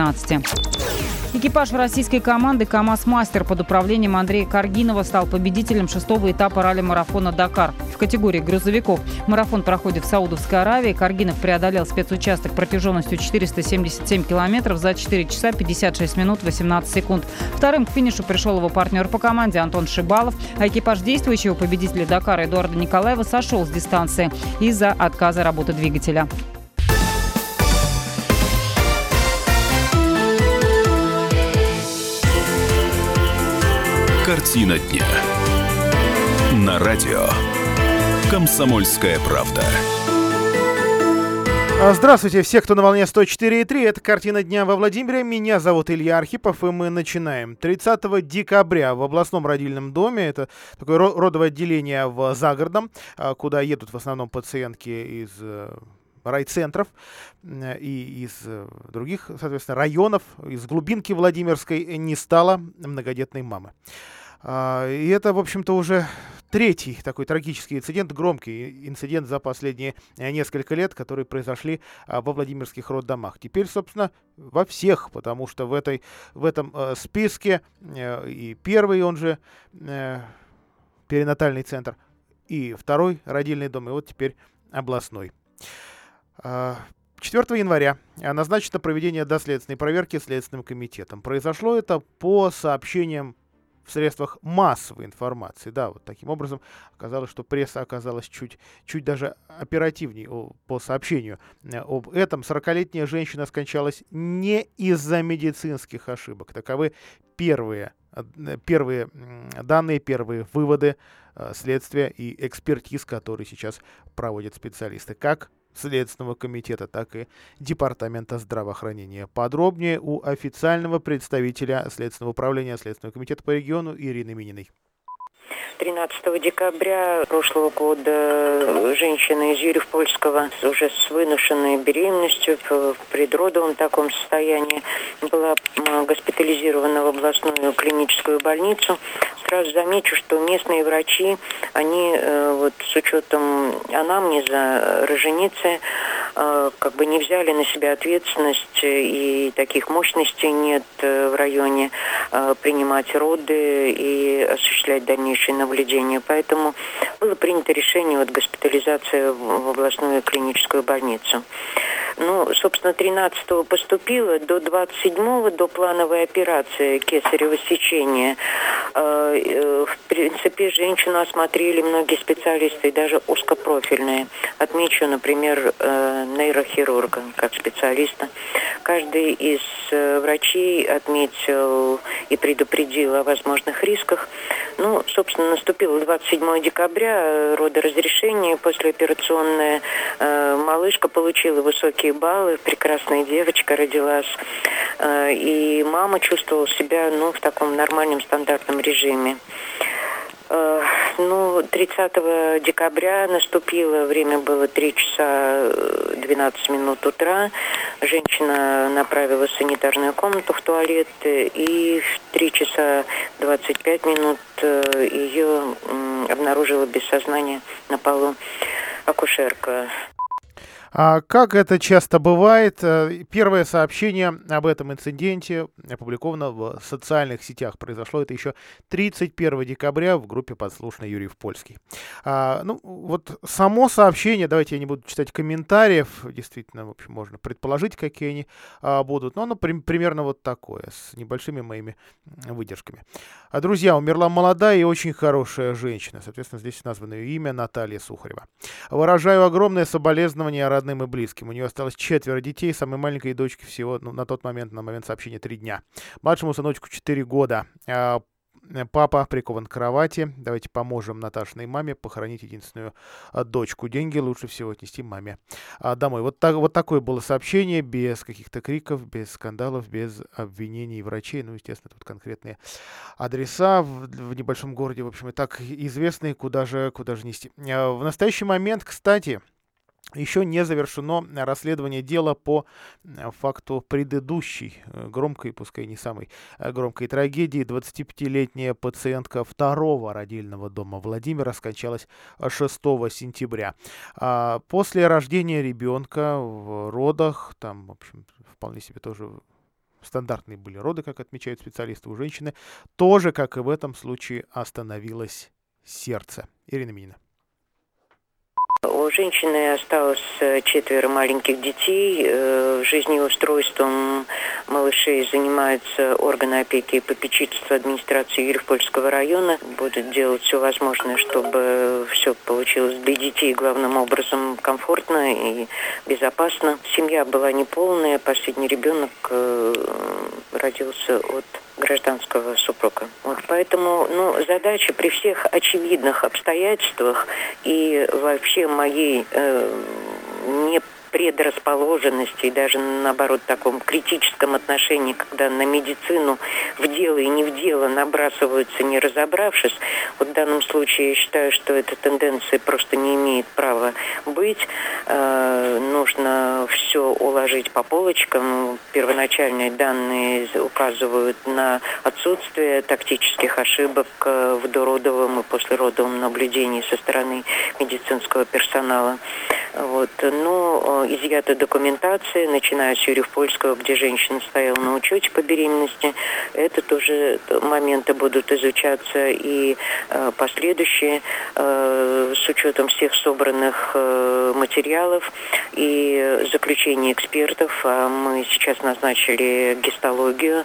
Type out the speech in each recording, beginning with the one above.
12. Экипаж российской команды «КамАЗ-Мастер» под управлением Андрея Каргинова стал победителем 6-го этапа ралли-марафона «Дакар». В категории грузовиков марафон проходит в Саудовской Аравии. Каргинов преодолел спецучасток протяженностью 477 километров за 4 часа 56 минут 18 секунд. Вторым к финишу пришел его партнер по команде Антон Шибалов, а экипаж действующего победителя «Дакара» Эдуарда Николаева сошел с дистанции из-за отказа работы двигателя. Картина дня. На радио «Комсомольская правда». Здравствуйте, все, кто на волне 104.3. Это «Картина дня» во Владимире. Меня зовут Илья Архипов, и мы начинаем. 30 декабря в областном родильном доме, это такое родовое отделение в Загородном, куда едут в основном пациентки из райцентров и из других, соответственно, районов, из глубинки Владимирской, не стало многодетной мамы. И это, в общем-то, уже третий такой трагический инцидент, громкий инцидент за последние несколько лет, которые произошли во владимирских роддомах. Теперь, собственно, во всех, потому что в этом списке и первый, он же перинатальный центр, и второй родильный дом, и вот теперь областной. 4 января назначено проведение доследственной проверки Следственным комитетом. Произошло это по сообщениям в средствах массовой информации. Да, вот таким образом оказалось, что пресса оказалась чуть даже оперативнее по сообщению об этом. 40-летняя женщина скончалась не из-за медицинских ошибок. Таковы первые данные, первые выводы следствия и экспертиз, которые сейчас проводят специалисты. Как Следственного комитета, так и Департамента здравоохранения. Подробнее у официального представителя Следственного управления Следственного комитета по региону Ирины Мининой. 13 декабря прошлого года женщина из Юрьев-Польского уже с выношенной беременностью в предродовом таком состоянии была госпитализирована в областную клиническую больницу. Сразу замечу, что местные врачи, они вот с учетом анамнеза роженицы как бы не взяли на себя ответственность, и таких мощностей нет в районе принимать роды и осуществлять дальнейшее наблюдение. Поэтому было принято решение госпитализации в областную клиническую больницу. Ну, собственно, 13-го поступила, до 27-го, до плановой операции кесарево сечения. В принципе, женщину осмотрели многие специалисты, и даже узкопрофильные. Отмечу, например, нейрохирурга как специалиста. Каждый из врачей отметил и предупредил о возможных рисках. Ну, собственно, наступило 27 декабря, родоразрешение, послеоперационная малышка получила высокие баллы, прекрасная девочка родилась, и мама чувствовала себя, в таком нормальном стандартном режиме. 30 декабря наступило, время было 3 часа 12 минут утра. Женщина направилась в санитарную комнату, в туалет, и в 3 часа 25 минут ее обнаружила без сознания на полу акушерка. Как это часто бывает, первое сообщение об этом инциденте опубликовано в социальных сетях. Произошло это еще 31 декабря в группе «Подслушный Юрьев-Польский». Вот само сообщение, давайте я не буду читать комментариев, действительно, в общем, можно предположить, какие они будут, но оно примерно вот такое, с небольшими моими выдержками. Друзья, умерла молодая и очень хорошая женщина, соответственно, здесь названо ее имя Наталья Сухарева. Выражаю огромное соболезнование родным и близким. У нее осталось 4 детей, самой маленькой дочке всего на момент сообщения 3 дня. Младшему сыночку 4 года. Папа прикован к кровати. Давайте поможем Наташиной маме похоронить единственную дочку. Деньги лучше всего отнести маме домой. Вот такое было сообщение, без каких-то криков, без скандалов, без обвинений врачей. Естественно, тут конкретные адреса в небольшом городе, в общем, и так известные, куда же нести. В настоящий момент, кстати, еще не завершено расследование дела по факту предыдущей громкой, пускай не самой громкой трагедии. 25-летняя пациентка второго родильного дома Владимира скончалась 6 сентября. После рождения ребенка в родах, там, в общем, вполне себе тоже стандартные были роды, как отмечают специалисты, у женщины тоже, как и в этом случае, остановилось сердце. Ирина Минина. У женщины осталось 4 маленьких детей. Жизнеустройством малышей занимаются органы опеки и попечительства администрации Юрьев-Польского района. Будут делать все возможное, чтобы все получилось для детей главным образом комфортно и безопасно. Семья была неполная. Последний ребенок родился от гражданского супруга. Вот поэтому, задача при всех очевидных обстоятельствах и вообще моей непредрасположенности и даже, наоборот, таком критическом отношении, когда на медицину в дело и не в дело набрасываются, не разобравшись. Вот в данном случае я считаю, что эта тенденция просто не имеет права быть. Нужно все уложить по полочкам. Первоначальные данные указывают на отсутствие тактических ошибок в дородовом и послеродовом наблюдении со стороны медицинского персонала. Вот. Но изъята документация, начиная с Юрьев-Польского, где женщина стояла на учете по беременности. Это тоже моменты будут изучаться и последующие с учетом всех собранных материалов и заключений экспертов. Мы сейчас назначили гистологию.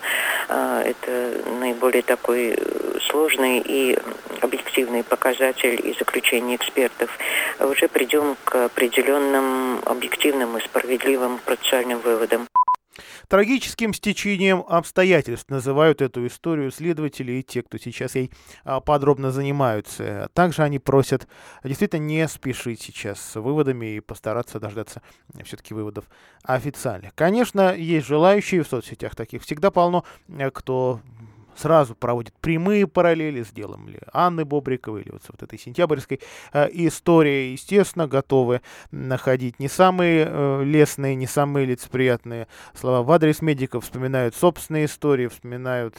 Это наиболее такой сложный и объективный показатель и заключение экспертов. Уже придем к определенным объективным и справедливым процессуальным выводам. Трагическим стечением обстоятельств называют эту историю следователи и те, кто сейчас ей подробно занимаются. Также они просят действительно не спешить сейчас с выводами и постараться дождаться все-таки выводов официальных. Конечно, есть желающие в соцсетях, таких всегда полно, кто сразу проводит прямые параллели с делом ли Анны Бобриковой или вот этой сентябрьской истории. Естественно, готовы находить не самые лестные, не самые лицеприятные слова в адрес медиков, вспоминают собственные истории, вспоминают,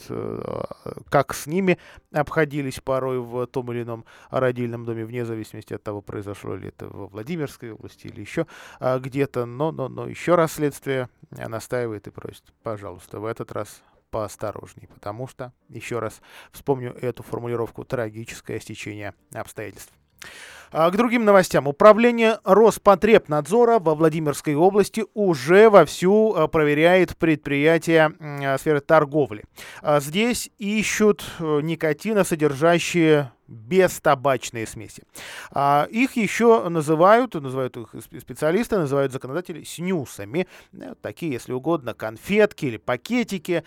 как с ними обходились порой в том или ином родильном доме, вне зависимости от того, произошло ли это во Владимирской области или еще где-то. Но еще раз следствие настаивает и просит, пожалуйста, в этот раз поосторожней, потому что, еще раз вспомню эту формулировку, трагическое стечение обстоятельств. К другим новостям. Управление Роспотребнадзора во Владимирской области уже вовсю проверяет предприятия сферы торговли. Здесь ищут никотиносодержащие бестабачные смеси. Их еще называют их специалисты, называют законодатели снюсами. Такие, если угодно, конфетки или пакетики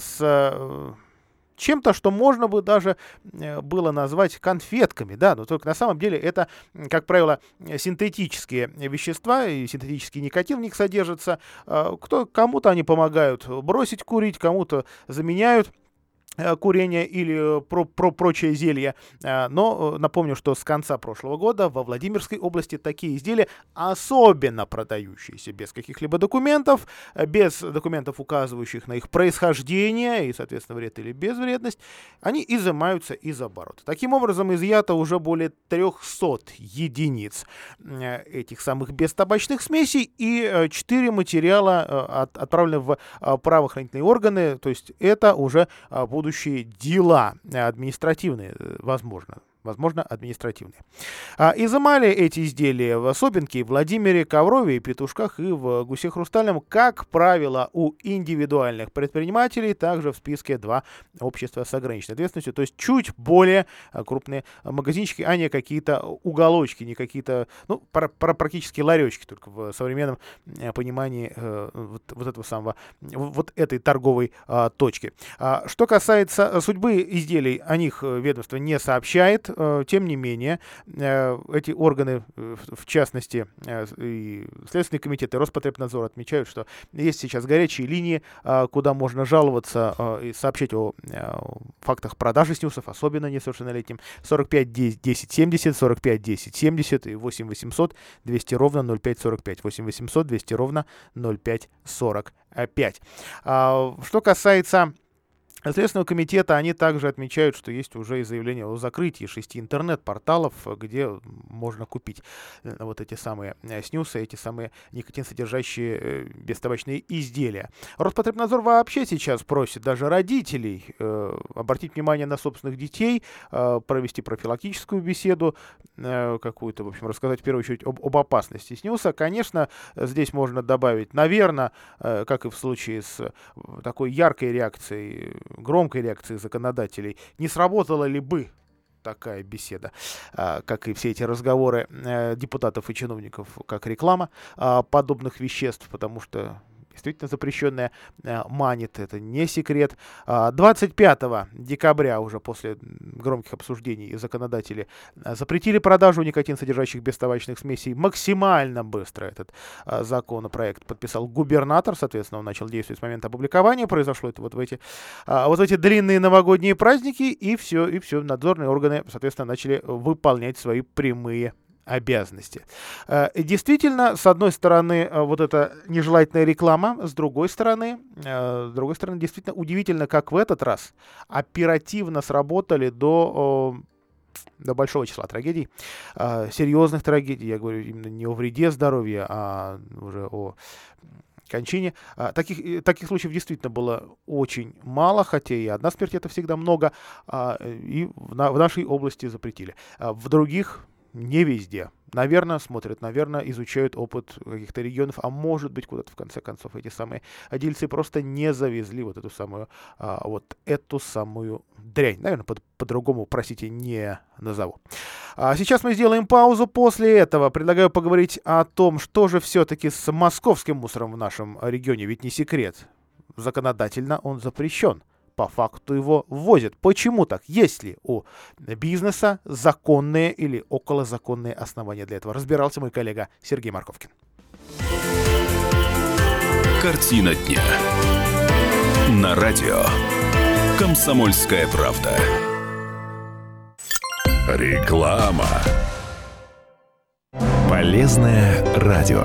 с чем-то, что можно бы даже было назвать конфетками, да, но только на самом деле это, как правило, синтетические вещества, и синтетический никотин в них содержится. Кому-то они помогают бросить курить, кому-то заменяют курение или прочее зелье. Но напомню, что с конца прошлого года во Владимирской области такие изделия, особенно продающиеся без каких-либо документов, без документов, указывающих на их происхождение и, соответственно, вред или безвредность, они изымаются из оборота. Таким образом, изъято уже более 300 единиц этих самых бестабачных смесей, и 4 материала отправлены в правоохранительные органы, то есть это уже будущие дела административные, возможно административные. Изымали эти изделия в Собинке, Владимире, Коврове, Петушках и в Гусе Хрустальном, как правило, у индивидуальных предпринимателей, также в списке 2 общества с ограниченной ответственностью, то есть чуть более крупные магазинчики, а не какие-то уголочки, не какие-то, практически ларечки, только в современном понимании вот этой торговой точки. Что касается судьбы изделий, о них ведомство не сообщает. Тем не менее, эти органы, в частности, и Следственный комитет, и Роспотребнадзор отмечают, что есть сейчас горячие линии, куда можно жаловаться и сообщить о фактах продажи снюсов, особенно несовершеннолетним. 45 10 70, 45 10 70 и 8 800 200 ровно 0545. 8 800 200 ровно 0545. Что касается Следственного комитета они также отмечают, что есть уже и заявление о закрытии 6 интернет-порталов, где можно купить вот эти самые снюсы, эти самые никотин-содержащие бестабачные изделия. Роспотребнадзор вообще сейчас просит даже родителей обратить внимание на собственных детей, провести профилактическую беседу какую-то, в общем, рассказать в первую очередь об опасности снюса. Конечно, здесь можно добавить, наверное, как и в случае с такой яркой реакцией, громкой реакции законодателей, не сработала ли бы такая беседа, как и все эти разговоры депутатов и чиновников, как реклама подобных веществ, потому что действительно запрещенное манит, это не секрет. 25 декабря, уже после громких обсуждений, законодатели запретили продажу никотин-содержащих бестабачных смесей. Максимально быстро этот законопроект подписал губернатор, соответственно, он начал действовать с момента опубликования. Произошло это вот в эти длинные новогодние праздники, и все, надзорные органы, соответственно, начали выполнять свои прямые обязанности. Действительно, с одной стороны, вот эта нежелательная реклама, с другой стороны, действительно удивительно, как в этот раз оперативно сработали до большого числа трагедий, серьезных трагедий. Я говорю именно не о вреде здоровья, а уже о кончине. Таких случаев действительно было очень мало, хотя и одна смерть — это всегда много, и в нашей области запретили. В других не везде. Наверное, смотрят, наверное, изучают опыт каких-то регионов, а может быть, куда-то в конце концов эти самые дельцы просто не завезли вот эту самую дрянь. Наверное, по-другому, простите, не назову. Сейчас мы сделаем паузу. После этого предлагаю поговорить о том, что же все-таки с московским мусором в нашем регионе. Ведь не секрет. Законодательно он запрещен. По факту его ввозят. Почему так? Есть ли у бизнеса законные или околозаконные основания для этого? Разбирался мой коллега Сергей Марковкин. Картина дня. На радио «Комсомольская правда». Реклама. Полезное радио.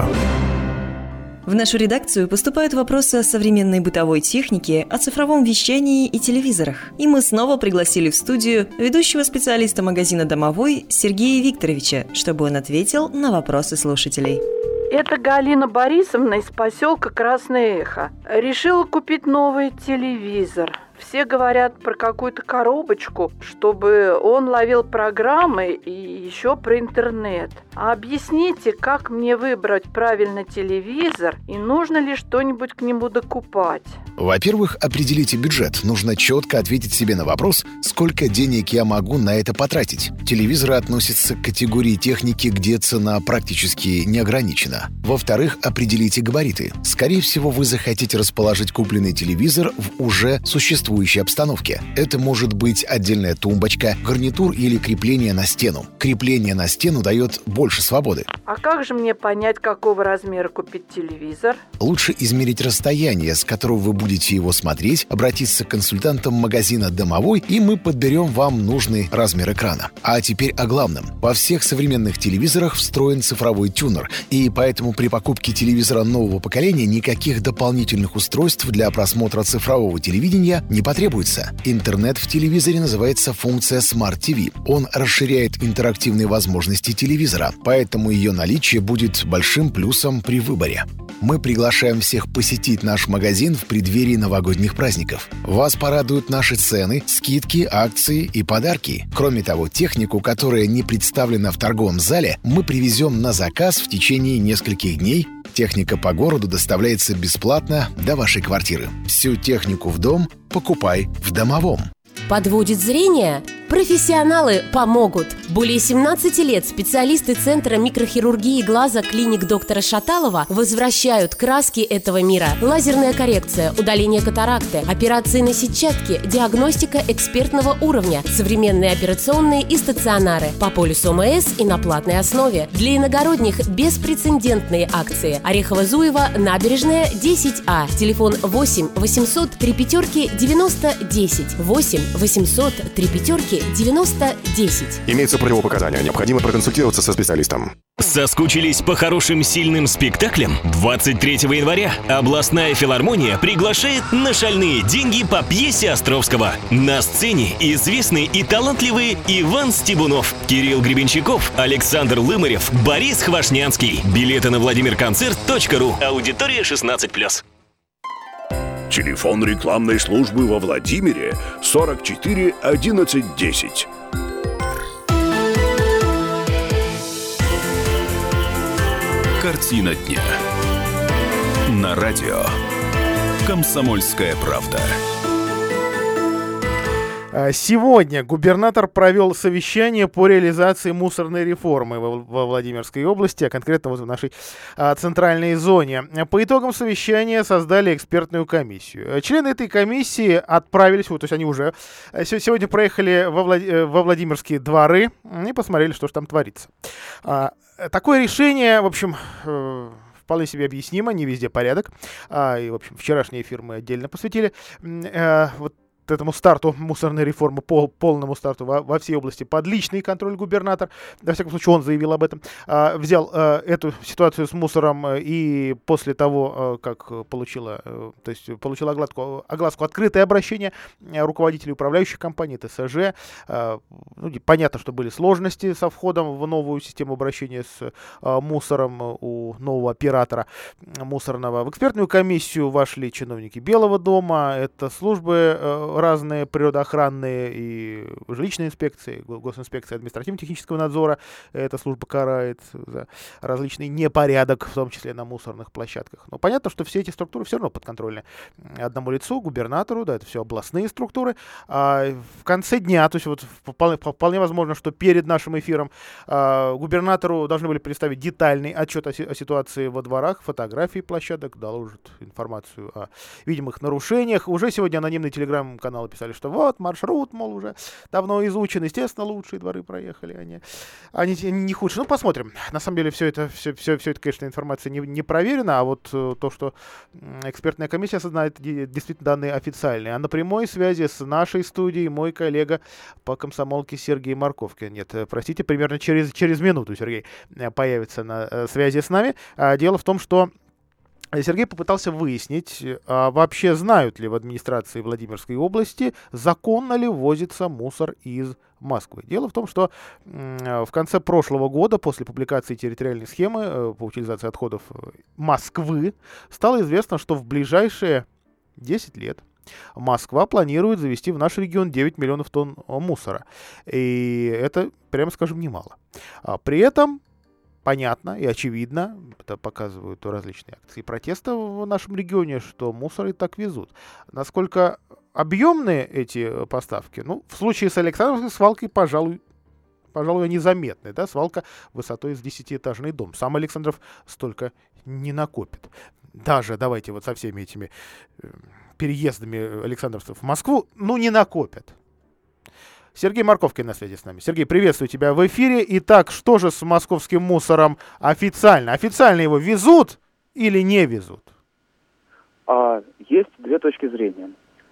В нашу редакцию поступают вопросы о современной бытовой технике, о цифровом вещании и телевизорах. И мы снова пригласили в студию ведущего специалиста магазина «Домовой» Сергея Викторовича, чтобы он ответил на вопросы слушателей. Это Галина Борисовна из поселка Красное Эхо. Решила купить новый телевизор. Все говорят про какую-то коробочку, чтобы он ловил программы и еще про интернет. А объясните, как мне выбрать правильно телевизор и нужно ли что-нибудь к нему докупать? Во-первых, определите бюджет. Нужно четко ответить себе на вопрос, сколько денег я могу на это потратить. Телевизоры относятся к категории техники, где цена практически не ограничена. Во-вторых, определите габариты. Скорее всего, вы захотите расположить купленный телевизор в уже существующей обстановке. Это может быть отдельная тумбочка, гарнитур или крепление на стену. Крепление на стену дает больше свободы. А как же мне понять, какого размера купить телевизор? Лучше измерить расстояние, с которого вы будете его смотреть, обратиться к консультантам магазина «Домовой», и мы подберем вам нужный размер экрана. А теперь о главном. Во всех современных телевизорах встроен цифровой тюнер, и поэтому при покупке телевизора нового поколения никаких дополнительных устройств для просмотра цифрового телевидения не потребуется. Интернет в телевизоре называется функция Smart TV. Он расширяет интерактивные возможности телевизора, поэтому ее наличие будет большим плюсом при выборе. Мы приглашаем всех посетить наш магазин в преддверии новогодних праздников. Вас порадуют наши цены, скидки, акции и подарки. Кроме того, технику, которая не представлена в торговом зале, мы привезем на заказ в течение нескольких дней. Техника по городу доставляется бесплатно до вашей квартиры. Всю технику в дом покупай в Домовом. Подводит зрение? Профессионалы помогут. Более 17 лет специалисты Центра микрохирургии глаза клиник доктора Шаталова возвращают краски этого мира. Лазерная коррекция, удаление катаракты, операции на сетчатке, диагностика экспертного уровня, современные операционные и стационары по полису ОМС и на платной основе. Для иногородних беспрецедентные акции. Орехово-Зуево, Набережная, 10А. Телефон 8 800 3 5 90 10. 8 800 3 5 9010. Имеются противопоказания. Необходимо проконсультироваться со специалистом. Соскучились по хорошим сильным спектаклям? 23 января областная филармония приглашает на шальные деньги по пьесе Островского. На сцене известные и талантливые Иван Стебунов, Кирилл Гребенщиков, Александр Лымарев, Борис Хвашнянский. Билеты на vladimirconcert.ru. Аудитория 16+. Телефон рекламной службы во Владимире 44 11 10. Картина дня. На радио «Комсомольская правда». Сегодня губернатор провел совещание по реализации мусорной реформы во Владимирской области, а конкретно вот в нашей центральной зоне. По итогам совещания создали экспертную комиссию. Члены этой комиссии отправились, то есть они уже сегодня проехали во Владимирские дворы и посмотрели, что же там творится. Такое решение, в общем, вполне себе объяснимо, не везде порядок. И, в общем, вчерашний эфир мы отдельно посвятили этому старту мусорной реформы, полному старту во всей области под личный контроль губернатор. Во всяком случае, он заявил об этом. Взял эту ситуацию с мусором и после того, как получила огласку открытое обращение руководителей управляющих компаний, ТСЖ. Понятно, что были сложности со входом в новую систему обращения с мусором у нового оператора мусорного. В экспертную комиссию вошли чиновники Белого дома, это службы разные природоохранные и жилищные инспекции, госинспекция административно-технического надзора. Эта служба карает за различный непорядок, в том числе на мусорных площадках. Но понятно, что все эти структуры все равно подконтрольны одному лицу, губернатору, да, это все областные структуры. А в конце дня, то есть вот вполне возможно, что перед нашим эфиром губернатору должны были представить детальный отчет о ситуации во дворах, фотографии площадок, доложат информацию о видимых нарушениях. Уже сегодня анонимный телеграм-каналы писали, что вот маршрут, мол, уже давно изучен, естественно, лучшие дворы проехали, они не худшие. Ну, посмотрим. На самом деле все это, конечно, информация не проверена, а вот то, что экспертная комиссия осознает, действительно данные официальные. А на прямой связи с нашей студией мой коллега по комсомолке Сергей Марковкин. Нет, простите, примерно через минуту Сергей появится на связи с нами. Дело в том, что Сергей попытался выяснить, вообще знают ли в администрации Владимирской области, законно ли ввозится мусор из Москвы. Дело в том, что в конце прошлого года, после публикации территориальной схемы по утилизации отходов Москвы, стало известно, что в ближайшие 10 лет Москва планирует завезти в наш регион 9 миллионов тонн мусора. И это, прямо скажем, немало. При этом понятно и очевидно, это показывают различные акции протеста в нашем регионе, что мусор и так везут. Насколько объемные эти поставки? Ну, в случае с Александровской свалкой, пожалуй, незаметны. Да? Свалка высотой с 10-этажный дом. Сам Александров столько не накопит. Даже, давайте вот со всеми этими переездами александровцев в Москву, не накопят. Сергей Марковкин на связи с нами. Сергей, приветствую тебя в эфире. Итак, что же с московским мусором официально? Официально его везут или не везут? Есть две точки зрения.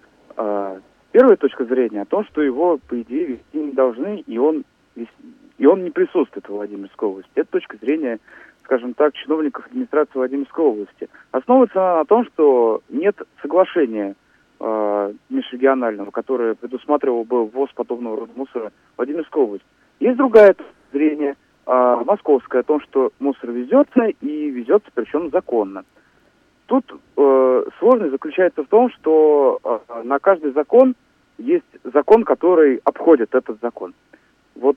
Первая точка зрения о том, что его, по идее, везти не должны, и он не присутствует в Владимирской области. Это точка зрения, скажем так, чиновников администрации Владимирской области. Основывается она на том, что нет соглашения межрегионального, которое предусматривало бы ввоз подобного рода мусора в Владимирскую область. Есть другая точка зрения, московская, о том, что мусор везется и везется, причем законно. Тут сложность заключается в том, что на каждый закон есть закон, который обходит этот закон. Вот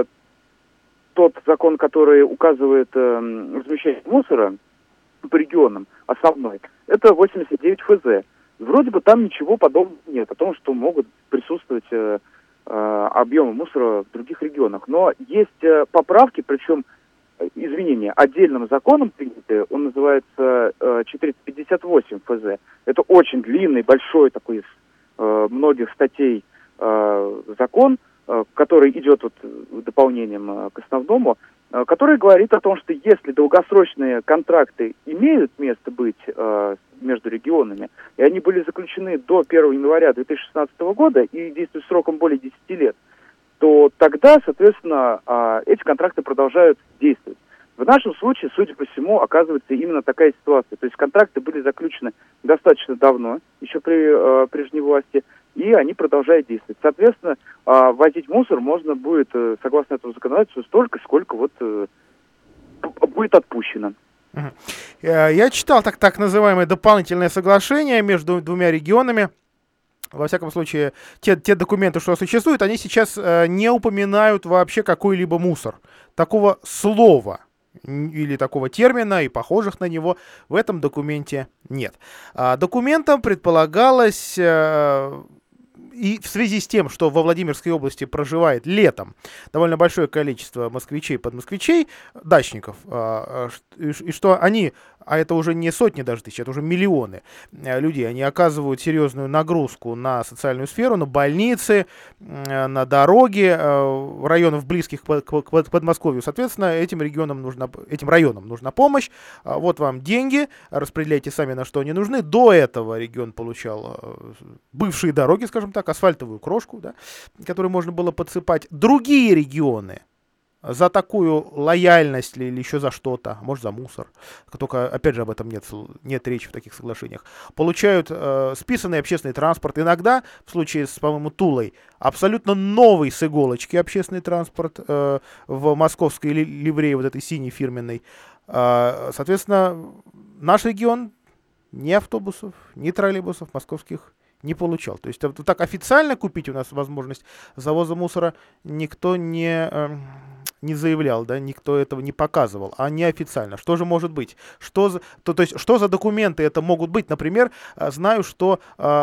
тот закон, который указывает размещение мусора по регионам, основной, это 89 ФЗ. Вроде бы там ничего подобного нет, о том, что могут присутствовать объемы мусора в других регионах. Но есть поправки, причем изменения отдельным законом приняты, он называется 458 ФЗ. Это очень длинный, большой такой из многих статей закон, который идет дополнением к основному, который говорит о том, что если долгосрочные контракты имеют место быть между регионами, и они были заключены до 1 января 2016 года и действуют сроком более 10 лет, то тогда, соответственно, эти контракты продолжают действовать. В нашем случае, судя по всему, оказывается именно такая ситуация. То есть контракты были заключены достаточно давно, еще при прежней власти, и они продолжают действовать. Соответственно, возить мусор можно будет, согласно этому законодательству, столько, сколько вот будет отпущено. Я читал так называемое дополнительное соглашение между двумя регионами. Во всяком случае, те документы, что существуют, они сейчас не упоминают вообще какой-либо мусор. Такого слова или такого термина и похожих на него в этом документе нет. Документом предполагалось... И в связи с тем, что во Владимирской области проживает летом довольно большое количество москвичей, подмосквичей, дачников, и что они, а это уже не сотни даже тысяч, это уже миллионы людей, они оказывают серьезную нагрузку на социальную сферу, на больницы, на дороги районов близких к Подмосковью. Соответственно, этим районам нужна помощь. Вот вам деньги, распределяйте сами, на что они нужны. До этого регион получал бывшие дороги, скажем так, асфальтовую крошку, да, которую можно было подсыпать. Другие регионы за такую лояльность или еще за что-то, может за мусор, только опять же об этом нет речи в таких соглашениях, получают списанный общественный транспорт. Иногда, в случае с, по-моему, Тулой, абсолютно новый с иголочки общественный транспорт в московской ливрее, вот этой синей фирменной. Соответственно, наш регион ни автобусов, ни троллейбусов московских не получал. То есть так официально купить у нас возможность завоза мусора никто не заявлял, да, никто этого не показывал, а неофициально. Что же может быть? Что за документы это могут быть? Например, знаю, что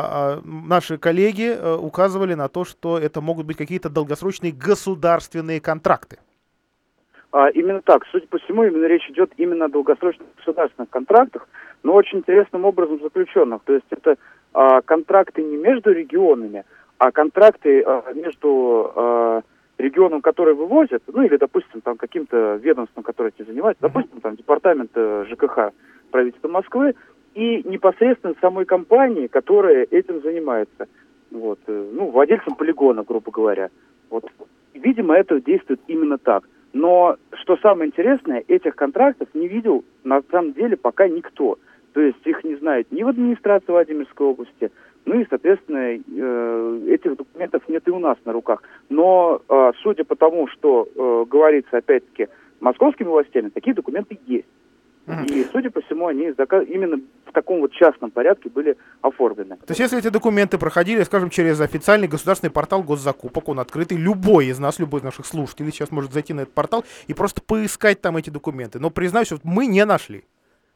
наши коллеги указывали на то, что это могут быть какие-то долгосрочные государственные контракты. Именно так. Судя по всему, именно речь идет именно о долгосрочных государственных контрактах, но очень интересным образом заключенных. То есть это контракты не между регионами, а контракты между регионом, который вывозит, ну или, допустим, там каким-то ведомством, которое этим занимается, допустим, там департамент ЖКХ правительства Москвы, и непосредственно самой компании, которая этим занимается. Вот, владельцем полигона, грубо говоря. Вот, видимо, это действует именно так. Но, что самое интересное, этих контрактов не видел на самом деле пока никто. То есть их не знают ни в администрации Владимирской области, ну и, соответственно, этих документов нет и у нас на руках. Но, судя по тому, что говорится, опять-таки, московскими властями, такие документы есть. И, судя по всему, они именно в таком вот частном порядке были оформлены. То есть, если эти документы проходили, скажем, через официальный государственный портал госзакупок, он открытый, любой из наших слушателей сейчас может зайти на этот портал и просто поискать там эти документы. Но, признаюсь, вот мы не нашли.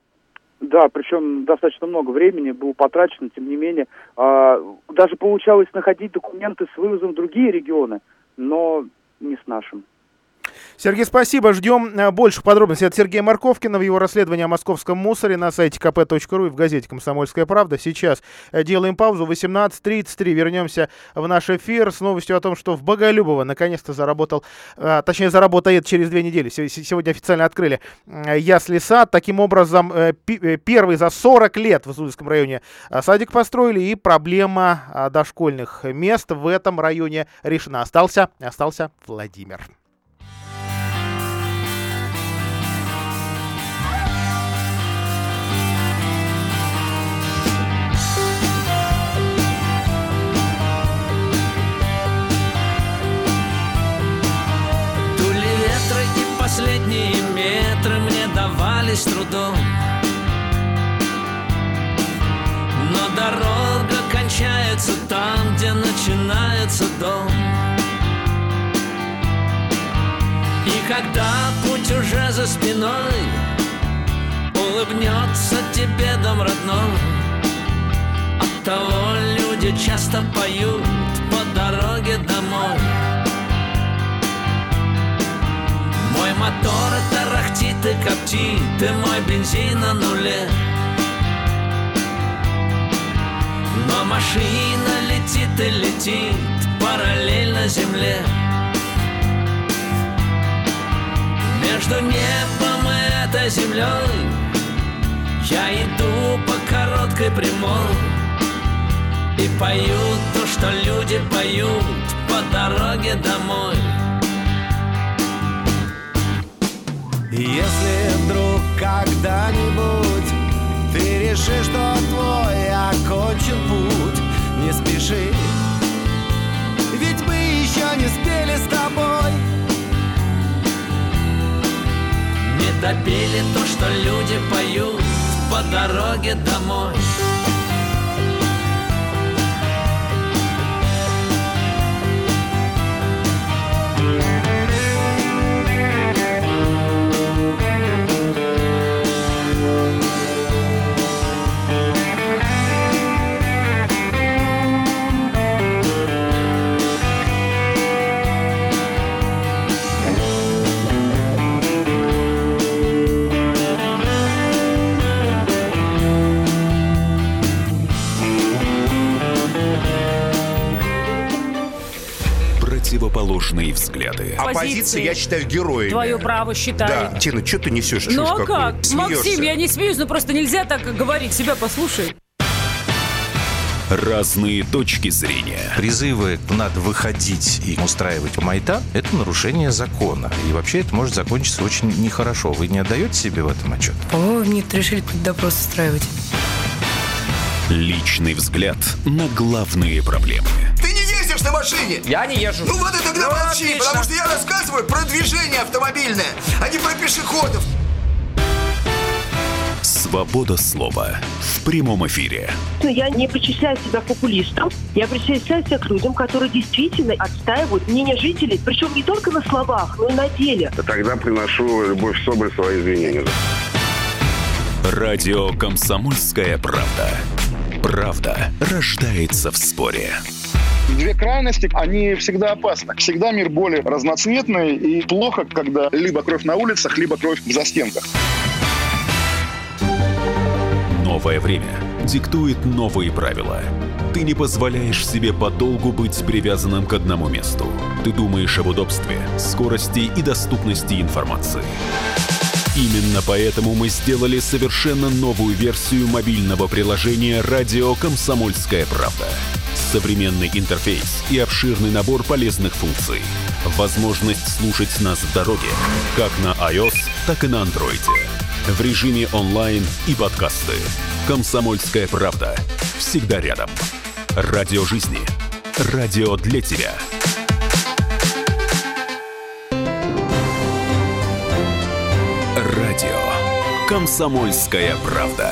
Да, причем достаточно много времени было потрачено, тем не менее. Даже получалось находить документы с вывозом в другие регионы, но не с нашим. Сергей, спасибо. Ждем больше подробностей от Сергея Марковкина в его расследовании о московском мусоре на сайте kp.ru и в газете «Комсомольская правда». Сейчас делаем паузу. 18:33. Вернемся в наш эфир с новостью о том, что в Боголюбово наконец-то заработает через 2 недели. Сегодня официально открыли ясли-сад. Таким образом, первый за 40 лет в Зуевском районе садик построили, и проблема дошкольных мест в этом районе решена. Остался Владимир. Последние метры мне давались трудом, но дорога кончается там, где начинается дом. И когда путь уже за спиной, улыбнется тебе дом родной. Оттого люди часто поют по дороге домой. Мой мотор тарахтит и коптит, и мой бензин на нуле. Но машина летит и летит параллельно земле. Между небом и этой землей я иду по короткой прямой. И поют то, что люди поют по дороге домой. Если вдруг когда-нибудь ты решишь, что твой окончен путь, не спеши, ведь мы еще не спели с тобой. Не допели то, что люди поют по дороге домой. Противоположные взгляды. Оппозиция, я считаю, героями. Твое право считаю. Да, Тина, что ты несешь? Ну а как? Смеешься. Максим, я не смеюсь, но просто нельзя так говорить. Себя послушай. Разные точки зрения. Призывы «надо выходить и устраивать майдан» — это нарушение закона. И вообще это может закончиться очень нехорошо. Вы не отдаете себе в этом отчет? По-моему, нет, решили допрос устраивать. Личный взгляд на главные проблемы. Ты не ездишь на машине? Я не езжу. Ну вот и тогда молчи, отлично. потому что я рассказываю про движение автомобильное, а не про пешеходов. Свобода слова в прямом эфире. Я не причисляю себя к популистам, я причисляю себя к людям, которые действительно отстаивают мнение жителей, причем не только на словах, но и на деле. Тогда приношу Любовь Соболь свои извинения. Радио «Комсомольская правда». Правда рождается в споре. Две крайности, они всегда опасны. Всегда мир более разноцветный, и плохо, когда либо кровь на улицах, либо кровь в застенках. Новое время диктует новые правила. Ты не позволяешь себе подолгу быть привязанным к одному месту. Ты думаешь об удобстве, скорости и доступности информации. Именно поэтому мы сделали совершенно новую версию мобильного приложения «Радио Комсомольская правда». Современный интерфейс и обширный набор полезных функций. Возможность слушать нас в дороге, как на iOS, так и на Android. В режиме онлайн и подкасты. «Комсомольская правда». Всегда рядом. Радио жизни. Радио для тебя. Радио «Комсомольская правда».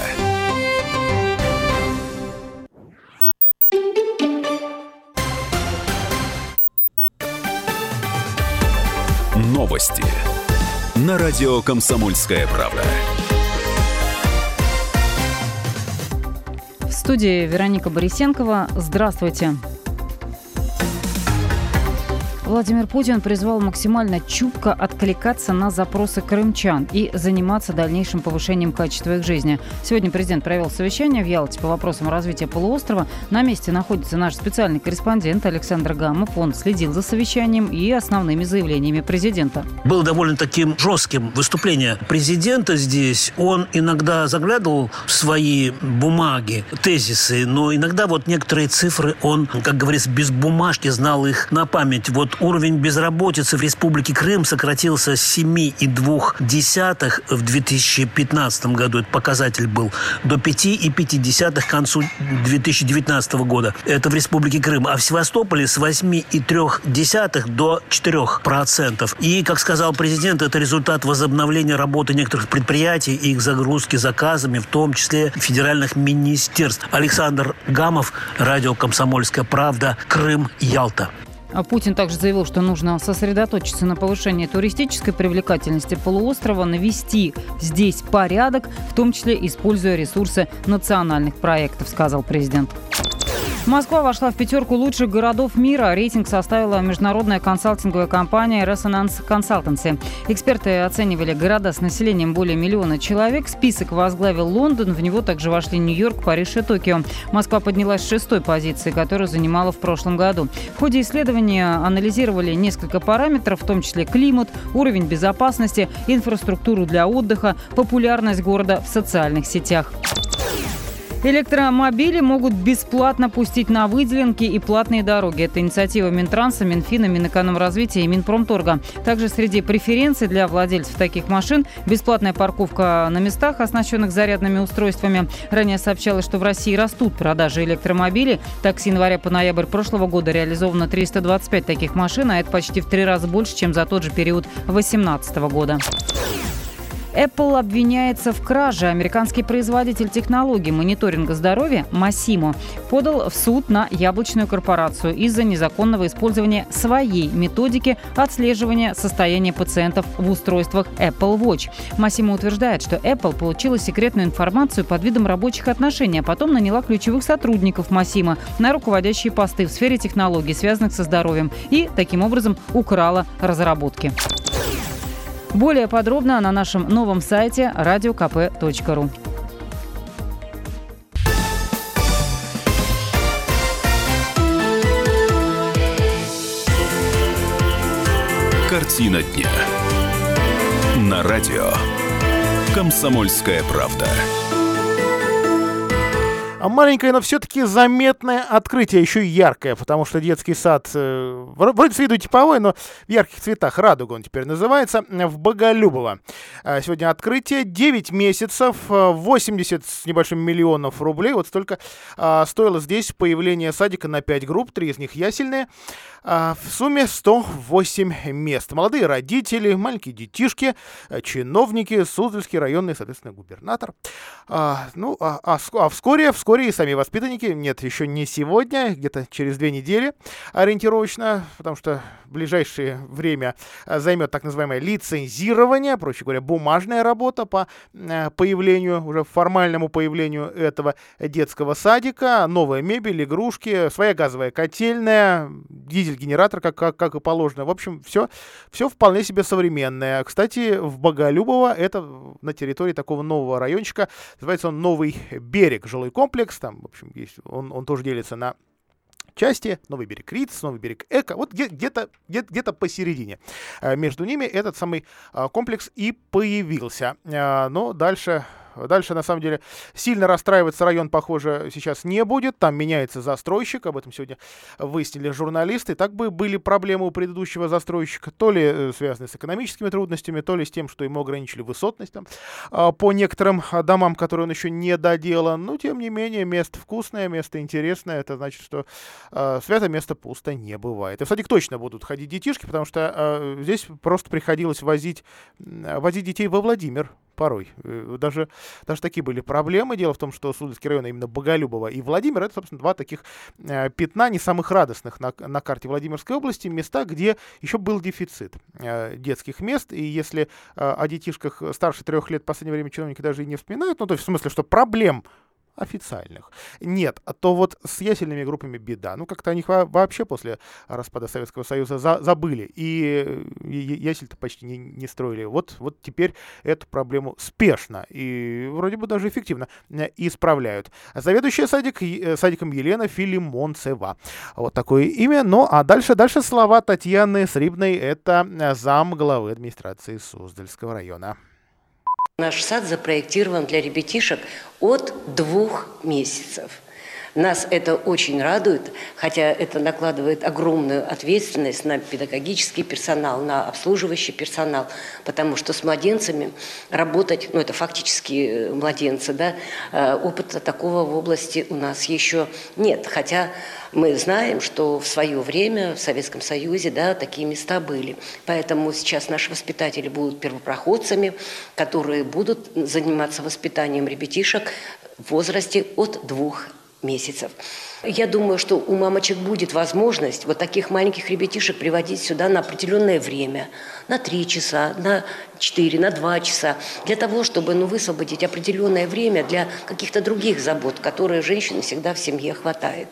Новости на радио «Комсомольская правда». В студии Вероника Борисенкова. Здравствуйте. Владимир Путин призвал максимально чутко откликаться на запросы крымчан и заниматься дальнейшим повышением качества их жизни. Сегодня президент провел совещание в Ялте по вопросам развития полуострова. На месте находится наш специальный корреспондент Александр Гамов. Он следил за совещанием и основными заявлениями президента. Было довольно таким жестким выступление президента здесь. Он иногда заглядывал в свои бумаги, тезисы, но иногда вот некоторые цифры он, как говорится, без бумажки знал их на память. Вот уровень безработицы в Республике Крым сократился с 7,2 в 2015 году. Этот показатель был до 5,5 к концу 2019 года. Это в Республике Крым. А в Севастополе с 8,3 до 4%. И, как сказал президент, это результат возобновления работы некоторых предприятий и их загрузки заказами, в том числе федеральных министерств. Александр Гамов, радио «Комсомольская правда», Крым, Ялта. Путин также заявил, что нужно сосредоточиться на повышении туристической привлекательности полуострова, навести здесь порядок, в том числе используя ресурсы национальных проектов, сказал президент. Москва вошла в 5 лучших городов мира. Рейтинг составила международная консалтинговая компания Resonance Consultancy. Эксперты оценивали города с населением более 1 миллиона человек. Список возглавил Лондон. В него также вошли Нью-Йорк, Париж и Токио. Москва поднялась с 6-й позиции, которую занимала в прошлом году. В ходе исследования анализировали несколько параметров, в том числе климат, уровень безопасности, инфраструктуру для отдыха, популярность города в социальных сетях. Электромобили могут бесплатно пустить на выделенки и платные дороги. Это инициатива Минтранса, Минфина, Минэкономразвития и Минпромторга. Также среди преференций для владельцев таких машин бесплатная парковка на местах, оснащенных зарядными устройствами. Ранее сообщалось, что в России растут продажи электромобилей. Так, с января по ноябрь прошлого года реализовано 325 таких машин, а это почти в 3 раза больше, чем за тот же период 2018 года. Apple обвиняется в краже. Американский производитель технологий мониторинга здоровья Masimo подал в суд на яблочную корпорацию из-за незаконного использования своей методики отслеживания состояния пациентов в устройствах Apple Watch. Masimo утверждает, что Apple получила секретную информацию под видом рабочих отношений, а потом наняла ключевых сотрудников Masimo на руководящие посты в сфере технологий, связанных со здоровьем, и таким образом украла разработки. Более подробно на нашем новом сайте radiokp.ru. Картина дня. На радио «Комсомольская правда». А маленькое, но все-таки заметное открытие, еще и яркое, потому что детский сад, вроде с виду типовой, но в ярких цветах, «Радуга» он теперь называется, в Боголюбово. Сегодня открытие, 9 месяцев, 80 с небольшим миллионов рублей. Вот столько стоило здесь появление садика на 5 групп, 3 из них ясельные. В сумме 108 мест. Молодые родители, маленькие детишки, чиновники, Суздальский районный, соответственно, губернатор. Вскоре и сами воспитанники. Нет, еще не сегодня, где-то через 2 недели ориентировочно, потому что в ближайшее время займет так называемое лицензирование, проще говоря, бумажная работа по появлению, уже формальному появлению этого детского садика. Новая мебель, игрушки, своя газовая котельная, дизель-генератор, как и положено. В общем, все вполне себе современное. Кстати, в Боголюбово, это на территории такого нового райончика, называется он Новый Берег, жилой комплекс. Там, в общем, есть, он тоже делится на части. Новый берег РИЦ, Новый берег Эко. Вот где-то посередине. Между ними этот самый комплекс и появился. Но дальше, на самом деле, сильно расстраиваться район, похоже, сейчас не будет. Там меняется застройщик. Об этом сегодня выяснили журналисты. Так бы были проблемы у предыдущего застройщика, то ли связанные с экономическими трудностями, то ли с тем, что ему ограничили высотность там, по некоторым домам, которые он еще не доделан. Но, тем не менее, место вкусное, место интересное. Это значит, что свято место пусто не бывает. И в садик точно будут ходить детишки, потому что здесь просто приходилось возить детей во Владимир порой. Даже такие были проблемы. Дело в том, что Суздальский район, именно Боголюбово и Владимир, это, собственно, два таких пятна не самых радостных на карте Владимирской области, места, где еще был дефицит детских мест. И если о детишках старше 3 лет в последнее время чиновники даже и не вспоминают, ну, то есть в смысле, что проблем официальных нет, то вот с ясельными группами беда. Ну, как-то о них вообще после распада Советского Союза забыли. И ясель-то почти не строили. Вот теперь эту проблему спешно и вроде бы даже эффективно исправляют. Заведующая садиком Елена Филимонцева. Вот такое имя. Ну, а дальше слова Татьяны Срибной. Это замглавы администрации Суздальского района. Наш сад запроектирован для ребятишек от 2 месяцев. Нас это очень радует, хотя это накладывает огромную ответственность на педагогический персонал, на обслуживающий персонал, потому что с младенцами работать, это фактически младенцы, да, опыта такого в области у нас еще нет, хотя мы знаем, что в свое время в Советском Союзе, да, такие места были. Поэтому сейчас наши воспитатели будут первопроходцами, которые будут заниматься воспитанием ребятишек в возрасте от 2 месяцев. Я думаю, что у мамочек будет возможность вот таких маленьких ребятишек приводить сюда на определенное время, на 3 часа, на 4, на 2 часа, для того, чтобы высвободить определенное время для каких-то других забот, которые женщины всегда в семье хватает.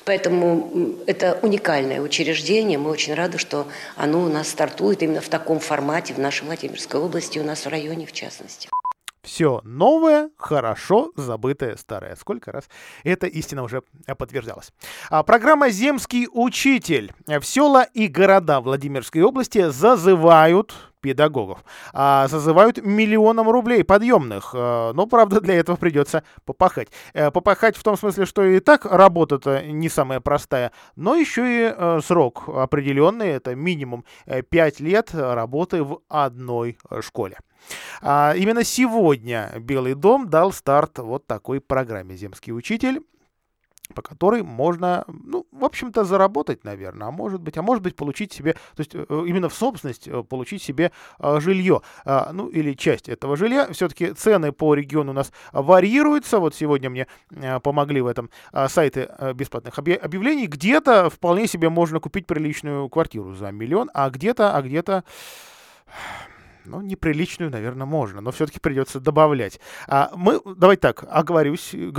Поэтому это уникальное учреждение. Мы очень рады, что оно у нас стартует именно в таком формате в нашей Владимирской области, у нас в районе в частности. Все новое, хорошо забытое старое. Сколько раз эта истина уже подтверждалась. Программа «Земский учитель». В села и города Владимирской области зазывают педагогов. Созывают миллионом рублей подъемных. Но, правда, для этого придется попахать. Попахать в том смысле, что и так работа-то не самая простая, но еще и срок определенный. Это минимум 5 лет работы в одной школе. Именно сегодня Белый дом дал старт вот такой программе «Земский учитель», по которой можно, в общем-то, заработать, наверное, а может быть, получить себе, то есть именно в собственность получить себе жилье, или часть этого жилья. Все-таки цены по региону у нас варьируются. Вот сегодня мне помогли в этом сайты бесплатных объявлений. Где-то вполне себе можно купить приличную квартиру за миллион, а где-то неприличную, наверное, можно, но все-таки придется добавлять. Давайте так, говорю,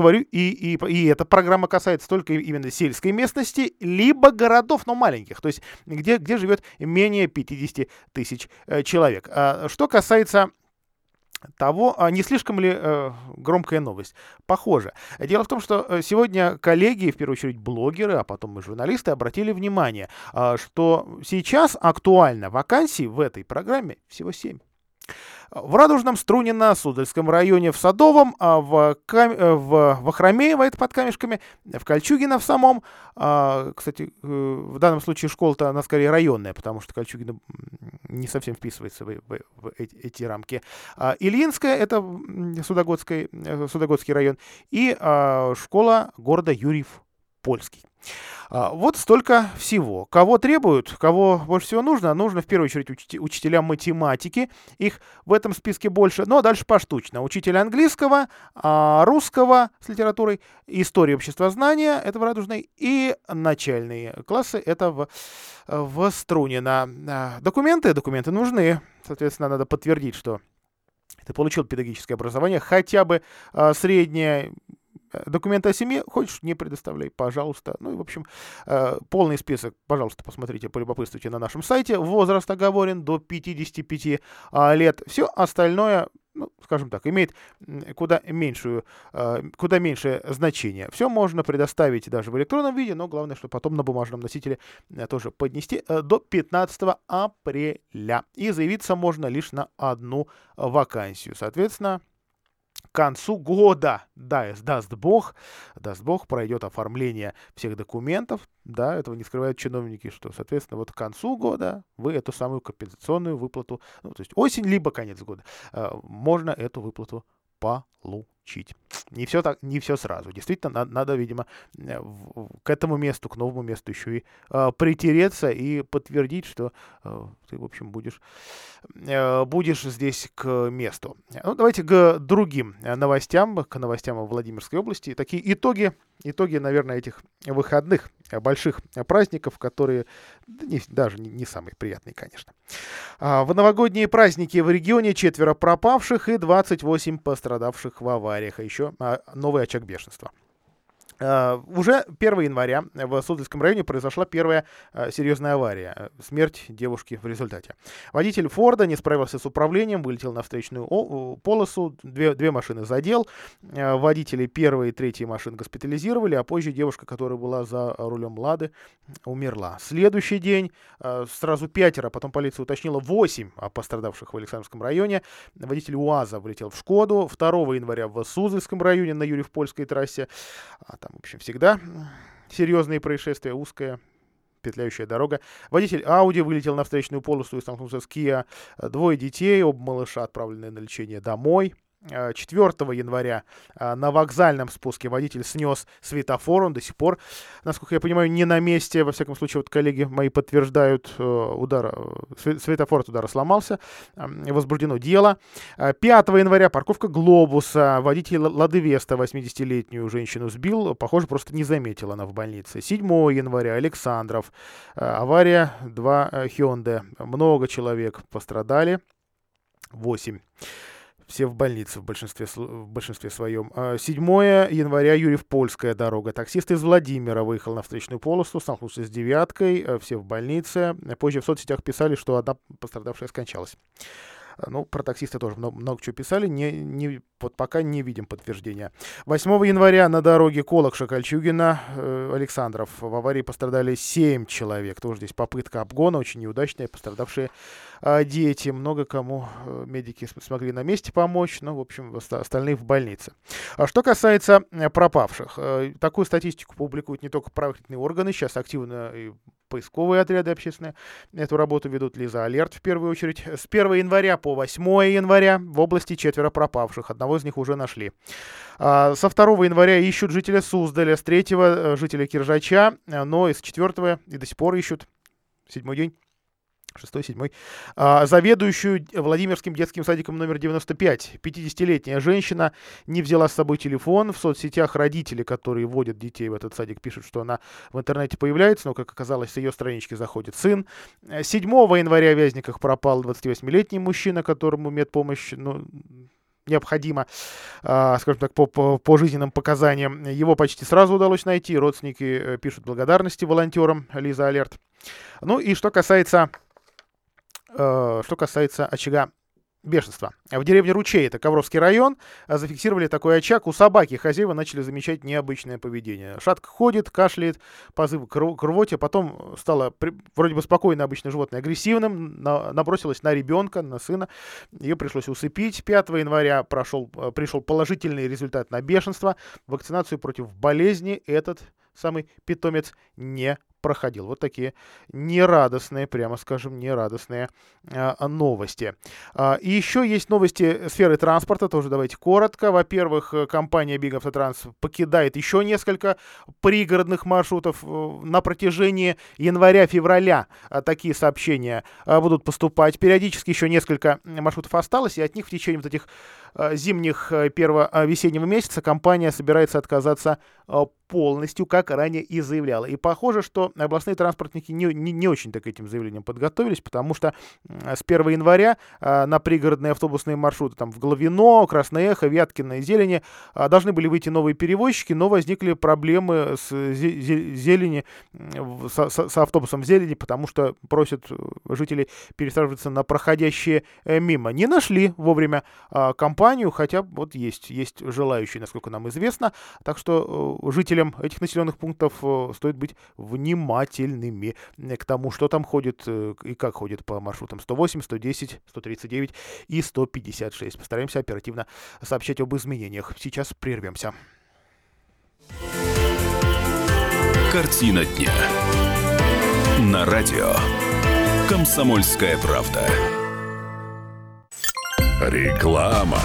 и эта программа касается только именно сельской местности, либо городов, но маленьких, то есть где живет менее 50 тысяч человек. Что касается того, не слишком ли громкая новость? Похоже. Дело в том, что сегодня коллеги, в первую очередь блогеры, а потом и журналисты, обратили внимание, что сейчас актуально вакансий в этой программе всего 7. В Радужном, Струнино, Суздальском районе, в Садовом, в Вахромеево, это под Камешками, в Кольчугино в самом. Кстати, в данном случае школа-то, она скорее районная, потому что Кольчугино не совсем вписывается в эти рамки. Ильинская, это Судогодский район, и школа города Юрьев-Польский. Вот столько всего. Кого требуют, кого больше всего нужно? Нужно в первую очередь учителя математики. Их в этом списке больше. Ну а дальше поштучно. Учитель английского, русского с литературой, истории обществознания, это в Радужной, и начальные классы, это в Струнино. Документы нужны. Соответственно, надо подтвердить, что ты получил педагогическое образование, хотя бы среднее. Документы о семье хочешь, не предоставляй, пожалуйста. В общем, полный список, пожалуйста, посмотрите, полюбопытствуйте на нашем сайте. Возраст оговорен до 55 лет. Все остальное, скажем так, имеет куда меньшее значение. Все можно предоставить даже в электронном виде, но главное, что потом на бумажном носителе тоже поднести до 15 апреля. И заявиться можно лишь на одну вакансию. Соответственно, к концу года, даст Бог, пройдет оформление всех документов, этого не скрывают чиновники, что, соответственно, вот к концу года вы эту самую компенсационную выплату, то есть осень, либо конец года, можно эту выплату получить. Не все сразу. Действительно, надо, видимо, к этому месту, к новому месту еще и притереться и подтвердить, что ты, в общем, будешь здесь к месту. Давайте к другим новостям, к новостям в Владимирской области. Такие итоги, наверное, этих выходных, больших праздников, которые даже не самые приятные, конечно. В новогодние праздники в регионе 4 пропавших и 28 пострадавших в авариях, а еще новый очаг бешенства. Уже 1 января в Суздальском районе произошла первая серьезная авария. Смерть девушки в результате. Водитель Форда не справился с управлением, вылетел на встречную полосу, две машины задел. Водители 1 и 3 машин госпитализировали, а позже девушка, которая была за рулем Лады, умерла. Следующий день сразу 5, потом полиция уточнила 8 пострадавших в Александровском районе. Водитель УАЗа влетел в Шкоду. 2 января в Суздальском районе на Юрьев-Польской трассе. Там, в общем, всегда серьезные происшествия, узкая петляющая дорога. Водитель Ауди вылетел на встречную полосу и столкнулся с Kia. 2 детей, оба малыша отправлены на лечение домой. 4 января на вокзальном спуске водитель снес светофор, он до сих пор, насколько я понимаю, не на месте. Во всяком случае, вот коллеги мои подтверждают, светофор от удара сломался, возбуждено дело. 5 января парковка Глобуса, водитель Лады Веста 80-летнюю женщину сбил, похоже, просто не заметила она в больнице. 7 января Александров, авария, 2 Hyundai, много человек пострадали, 8. Все в больнице в большинстве своем. 7 января Юрьев-Польская дорога. Таксист из Владимира выехал на встречную полосу, столкнулся с 9, все в больнице. Позже в соцсетях писали, что одна пострадавшая скончалась. Ну, про таксиста тоже много чего писали, вот пока не видим подтверждения. 8 января на дороге Колокша-Кольчугино, Александров, в аварии пострадали 7 человек. Тоже здесь попытка обгона, очень неудачная, пострадавшие дети. Много кому медики смогли на месте помочь, но, в общем, остальные в больнице. А что касается пропавших, такую статистику публикуют не только правоохранительные органы, сейчас активно и поисковые отряды общественные эту работу ведут. Лиза Алерт в первую очередь. С 1 января по 8 января в области 4 пропавших. Одного из них уже нашли. Со 2 января ищут жителя Суздаля, с 3 жителя Киржача, но с 4 и до сих пор ищут. 7-й день. 6-7. Заведующую Владимирским детским садиком номер 95. 50-летняя женщина не взяла с собой телефон. В соцсетях родители, которые водят детей в этот садик, пишут, что она в интернете появляется, но, как оказалось, с ее странички заходит сын. 7 января в Вязниках пропал 28-летний мужчина, которому медпомощь необходимо, скажем так, по жизненным показаниям. Его почти сразу удалось найти. Родственники пишут благодарности волонтерам. Лиза Алерт. Ну и что касается очага бешенства. В деревне Ручей, это Ковровский район, зафиксировали такой очаг. У собаки хозяева начали замечать необычное поведение. Шатка ходит, кашляет, позывы к рвоте, потом стало вроде бы спокойно обычное животное агрессивным, набросилось на ребенка, на сына. Ее пришлось усыпить. 5 января пришел положительный результат на бешенство. Вакцинацию против болезни этот самый питомец не проходил. Вот такие нерадостные, прямо скажем, нерадостные новости. И еще есть новости сферы транспорта, тоже давайте коротко. Во-первых, компания Big Автотранс покидает еще несколько пригородных маршрутов на протяжении января-февраля. Такие сообщения будут поступать. Периодически еще несколько маршрутов осталось, и от них в течение вот этих зимних первого весеннего месяца компания собирается отказаться полностью, как ранее и заявляла. И похоже, что областные транспортники не очень-то к этим заявлениям подготовились, потому что с 1 января на пригородные автобусные маршруты там в Головино, Красное Эхо, Вяткино и Зелени должны были выйти новые перевозчики, но возникли проблемы с Зелени, с автобусом в Зелени, потому что просят жителей пересаживаться на проходящие мимо. Не нашли вовремя компанию, хотя вот есть желающие, насколько нам известно, так что жителям этих населенных пунктов стоит быть внимательными к тому, что там ходит и как ходит по маршрутам 108, 110, 139 и 156. Постараемся оперативно сообщать об изменениях. Сейчас прервемся. Картина дня. На радио «Комсомольская правда». Реклама.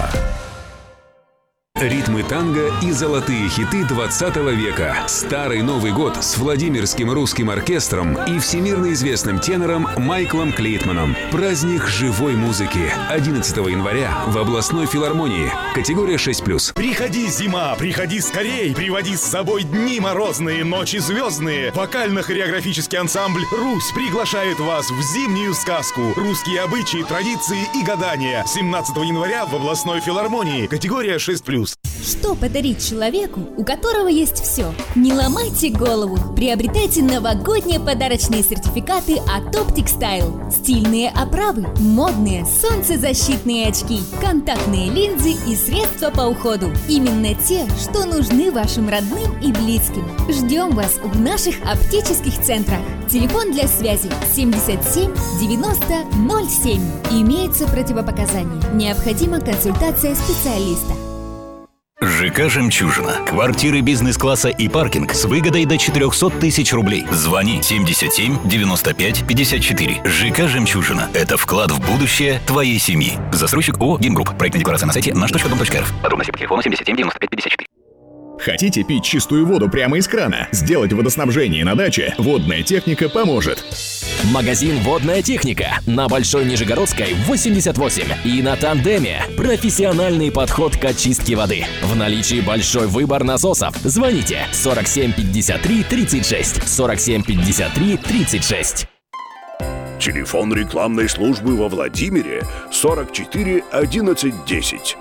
Ритмы танго и золотые хиты 20 века. Старый Новый год с Владимирским русским оркестром и всемирно известным тенором Майклом Клейтманом. Праздник живой музыки. 11 января в областной филармонии. Категория 6+. Приходи, зима, приходи скорей. Приводи с собой дни морозные, ночи звездные. Вокально-хореографический ансамбль «Русь» приглашает вас в зимнюю сказку. Русские обычаи, традиции и гадания. 17 января в областной филармонии. Категория 6+. Что подарить человеку, у которого есть все? Не ломайте голову! Приобретайте новогодние подарочные сертификаты от Optic Style. Стильные оправы, модные, солнцезащитные очки, контактные линзы и средства по уходу. Именно те, что нужны вашим родным и близким. Ждем вас в наших оптических центрах. Телефон для связи 77 90 07. Имеются противопоказания. Необходима консультация специалиста. ЖК «Жемчужина». Квартиры бизнес-класса и паркинг с выгодой до 400 тысяч рублей. Звони 77 95 54. ЖК «Жемчужина». Это вклад в будущее твоей семьи. Застройщик ООО «Гимгрупп». Проектная декларация на сайте наш.дом.рф. Подробности по телефону 77 95 54. Хотите пить чистую воду прямо из крана? Сделать водоснабжение на даче? Водная техника поможет. Магазин «Водная техника» на Большой Нижегородской 88 и на Тандеме. Профессиональный подход к очистке воды. В наличии большой выбор насосов. Звоните 47 53 36 47 53 36. Телефон рекламной службы во Владимире 44 11 10.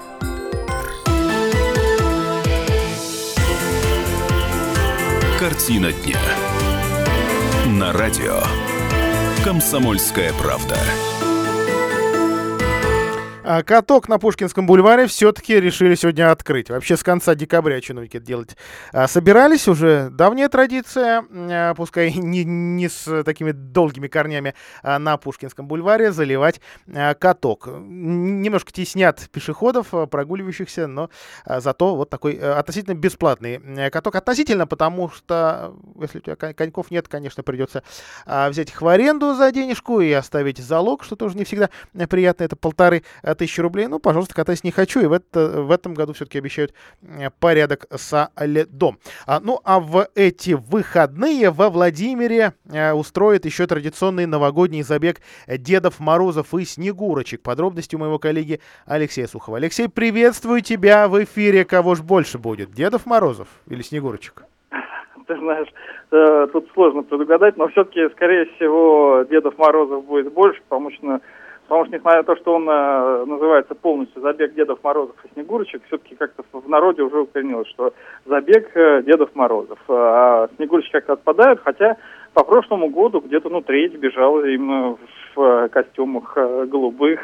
Картина дня. На радио «Комсомольская правда». Каток на Пушкинском бульваре все-таки решили сегодня открыть. Вообще с конца декабря чиновники это делать собирались. Уже давняя традиция, пускай не с такими долгими корнями, на Пушкинском бульваре заливать каток. Немножко теснят пешеходов, прогуливающихся, но зато вот такой относительно бесплатный каток. Относительно, потому что, если у тебя коньков нет, конечно, придется взять их в аренду за денежку и оставить залог, что тоже не всегда приятно. Это 1500 рублей. Ну, пожалуйста, катайся, не хочу. И в этом году все-таки обещают порядок со льдом. Ну, а в эти выходные во Владимире устроят еще традиционный новогодний забег Дедов Морозов и Снегурочек. Подробности у моего коллеги Алексея Сухова. Алексей, приветствую тебя в эфире. Кого ж больше будет? Дедов Морозов или Снегурочек? Ты знаешь, тут сложно предугадать, но все-таки, скорее всего, Дедов Морозов будет больше, потому что несмотря на то, что он называется полностью забег Дедов Морозов и Снегурочек, все-таки как-то в народе уже укоренилось, что забег Дедов Морозов. А Снегурочки как-то отпадают, хотя по прошлому году где-то треть бежала именно в костюмах голубых,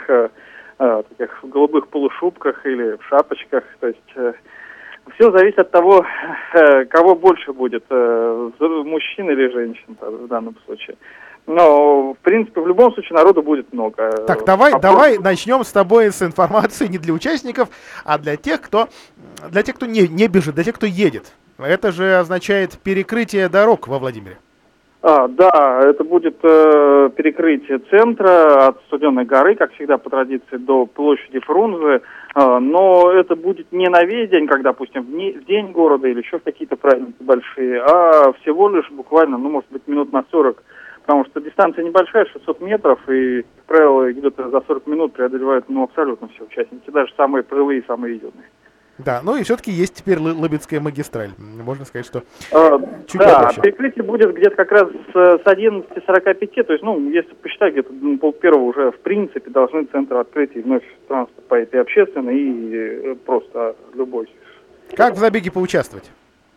таких в голубых полушубках или в шапочках. То есть все зависит от того, кого больше будет, мужчин или женщин в данном случае. Но, в принципе, в любом случае народу будет много. Так, давай начнем с тобой с информации не для участников, а для тех, кто не бежит, для тех, кто едет. Это же означает перекрытие дорог во Владимире. Да, это будет перекрытие центра от Студенной горы, как всегда по традиции, до площади Фрунзе. Но это будет не на весь день, как, допустим, в день города или еще в какие-то праздники большие, а всего лишь буквально, может быть, минут на 40. Потому что дистанция небольшая, 600 метров, и, как правило, где-то за 40 минут преодолевают абсолютно все участники, даже самые пожилые, самые юные. Да, и все-таки есть теперь Лыбецкая магистраль. Можно сказать, что чуть да, легче. Перекрытие будет где-то как раз с 11:45, то есть, если посчитать, где-то полпервого уже, в принципе, должны центр открыть, и вновь транспорт поедет и общественный, и просто любой. Как в забеге поучаствовать?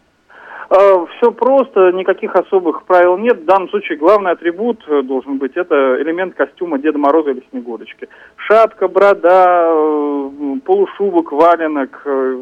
Все просто, никаких особых правил нет. В данном случае главный атрибут должен быть, это элемент костюма Деда Мороза или Снегурочки. Шапка, борода, полушубок, валенок,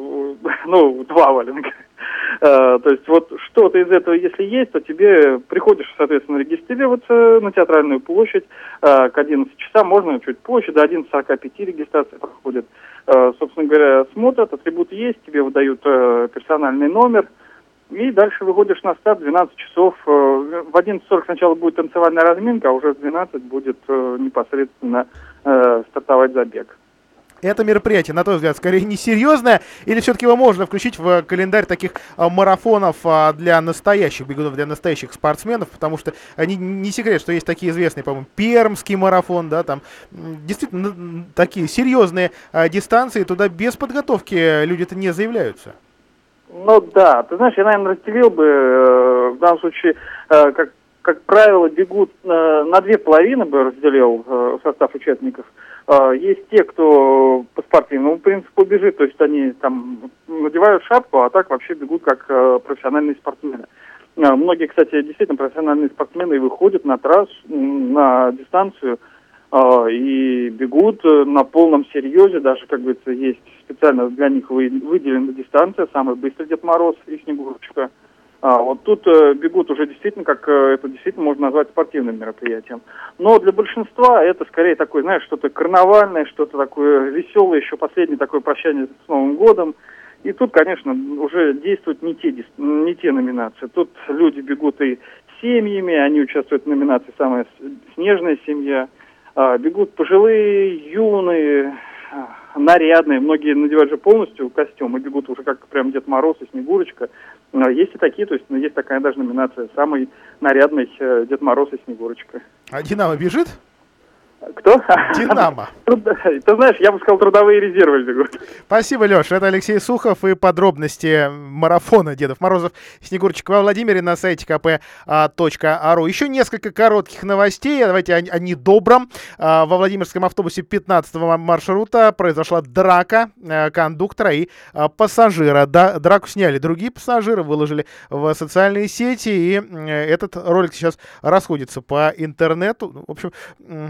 2 валенка. То есть вот что-то из этого, если есть, то тебе приходишь, соответственно, регистрироваться на Театральную площадь к 11 часам, можно чуть позже, до 11:45 регистрация проходит. Собственно говоря, смотрят, атрибут есть, тебе выдают персональный номер. И дальше выходишь на старт в 12 часов. В 11:40 сначала будет танцевальная разминка, а уже в 12 будет непосредственно стартовать забег. Это мероприятие, на твой взгляд, скорее несерьезное, или все-таки его можно включить в календарь таких марафонов для настоящих бегунов, для настоящих спортсменов, потому что не секрет, что есть такие известные, по-моему, Пермский марафон, да, там действительно такие серьезные дистанции, туда без подготовки люди-то не заявляются. Да, ты знаешь, я, наверное, разделил бы, в данном случае, как правило, бегут на 2 половины, бы разделил состав участников. Есть те, кто по спортивному принципу бежит, то есть они там надевают шапку, а так вообще бегут как профессиональные спортсмены. Многие, кстати, действительно профессиональные спортсмены выходят на трассу, на дистанцию, и бегут на полном серьезе, даже, как говорится, есть специально для них выделена дистанция, самый быстрый Дед Мороз и Снегурочка. Вот тут бегут уже действительно, это действительно можно назвать спортивным мероприятием. Но для большинства это скорее такое, знаешь, что-то карнавальное, что-то такое веселое, еще последнее такое прощание с Новым годом. И тут, конечно, уже действуют не те номинации. Тут люди бегут и семьями, они участвуют в номинации «Самая снежная семья». Бегут пожилые, юные, нарядные. Многие надевают же полностью костюм и бегут уже как прям Дед Мороз и Снегурочка. Есть и такие, то есть есть такая даже номинация «Самый нарядный Дед Мороз и Снегурочка». А «Динамо» бежит? Кто? «Динамо». Ты знаешь, я бы сказал, трудовые резервы бегут. Спасибо, Леша. Это Алексей Сухов и подробности марафона Дедов Морозов и Снегурочек во Владимире на сайте kp.ru. Еще несколько коротких новостей. Давайте о недобром. Во Владимирском автобусе 15-го маршрута произошла драка кондуктора и пассажира. Драку сняли другие пассажиры, выложили в социальные сети, и этот ролик сейчас расходится по интернету. В общем,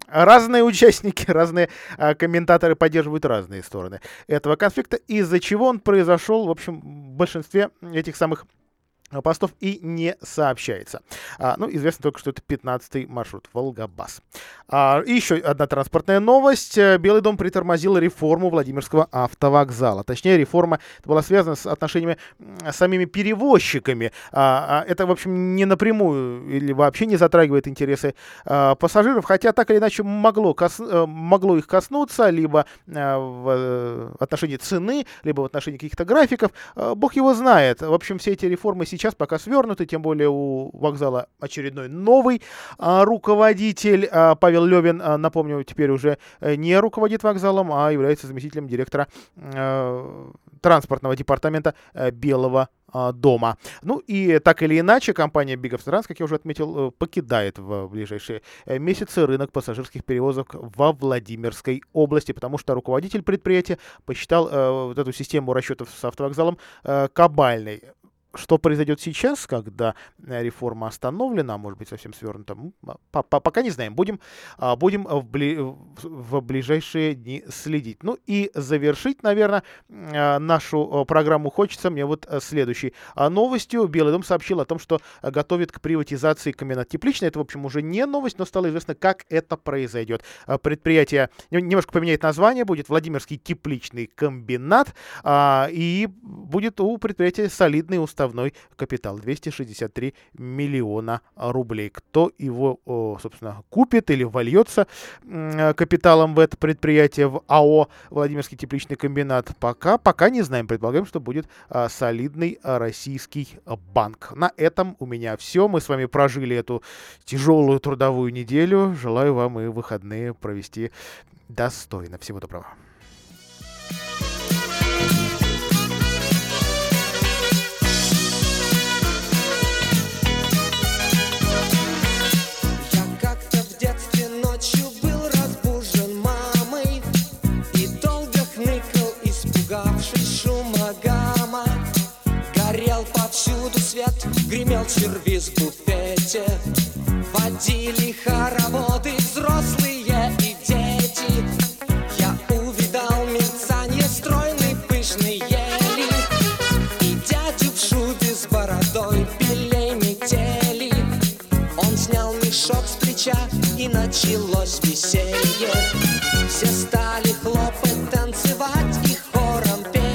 разные участники, разные комментаторы поддерживают разные стороны этого конфликта, из-за чего он произошел, в общем, в большинстве этих самых постов и не сообщается. Известно только, что это 15-й маршрут Волгобас. И еще одна транспортная новость. Белый дом притормозил реформу Владимирского автовокзала. Точнее, реформа была связана с отношениями с самими перевозчиками. Это, в общем, не напрямую или вообще не затрагивает интересы пассажиров, хотя так или иначе могло их коснуться, либо в отношении цены, либо в отношении каких-то графиков. Бог его знает. В общем, все эти реформы сейчас пока свернуты, тем более у вокзала очередной новый руководитель. Павел Левин, напомню, теперь уже не руководит вокзалом, а является заместителем директора транспортного департамента Белого дома. И так или иначе, компания Big Авто, как я уже отметил, покидает в ближайшие месяцы рынок пассажирских перевозок во Владимирской области, потому что руководитель предприятия посчитал вот эту систему расчетов с автовокзалом кабальной. Что произойдет сейчас, когда реформа остановлена, а может быть совсем свернута, пока не знаем. Будем в ближайшие дни следить. И завершить, наверное, нашу программу хочется мне вот следующей новостью. Белый дом сообщил о том, что готовит к приватизации комбинат Тепличный. Это, в общем, уже не новость, но стало известно, как это произойдет. Предприятие немножко поменяет название, будет Владимирский тепличный комбинат, и будет у предприятия солидный уставной капитал 263 миллиона рублей. Кто его, собственно, купит или вольется капиталом в это предприятие, в АО Владимирский тепличный комбинат, пока не знаем. Предполагаем, что будет солидный российский банк. На этом у меня все. Мы с вами прожили эту тяжелую трудовую неделю. Желаю вам и выходные провести достойно. Всего доброго. Повсюду свет, гремел сервиз в буфете. Водили хороводы взрослые и дети. Я увидал мерцанье стройной пышной ели и дядю в шубе с бородой белей метели. Он снял мешок с плеча, и началось веселье. Все стали хлопать, танцевать и хором пели.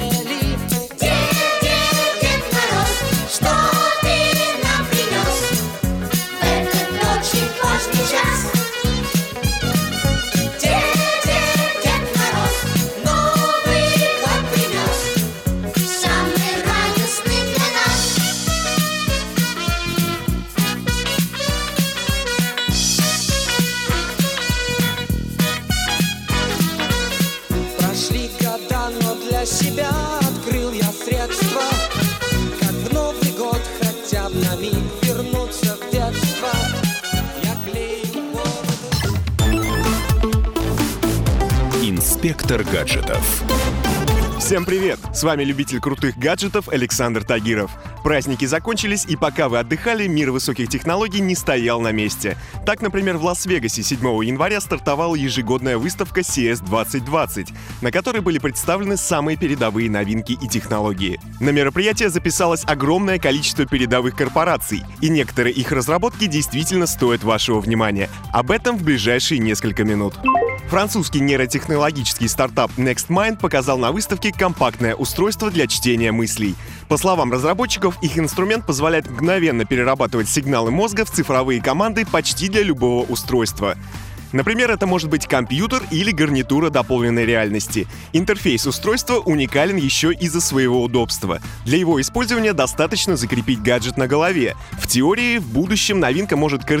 Себя открыл я средства, как в Новый год хотя бы на миг вернуться в детство. Я клею бороду. Инспектор гаджетов. Всем привет! С вами любитель крутых гаджетов Александр Тагиров. Праздники закончились, и пока вы отдыхали, мир высоких технологий не стоял на месте. Так, например, в Лас-Вегасе 7 января стартовала ежегодная выставка CES 2020, на которой были представлены самые передовые новинки и технологии. На мероприятие записалось огромное количество передовых корпораций, и некоторые их разработки действительно стоят вашего внимания. Об этом в ближайшие несколько минут. Французский нейротехнологический стартап NextMind показал на выставке компактное устройство для чтения мыслей. По словам разработчиков, их инструмент позволяет мгновенно перерабатывать сигналы мозга в цифровые команды почти для любого устройства. Например, это может быть компьютер или гарнитура дополненной реальности. Интерфейс устройства уникален еще из-за своего удобства. Для его использования достаточно закрепить гаджет на голове. В теории, в будущем новинка может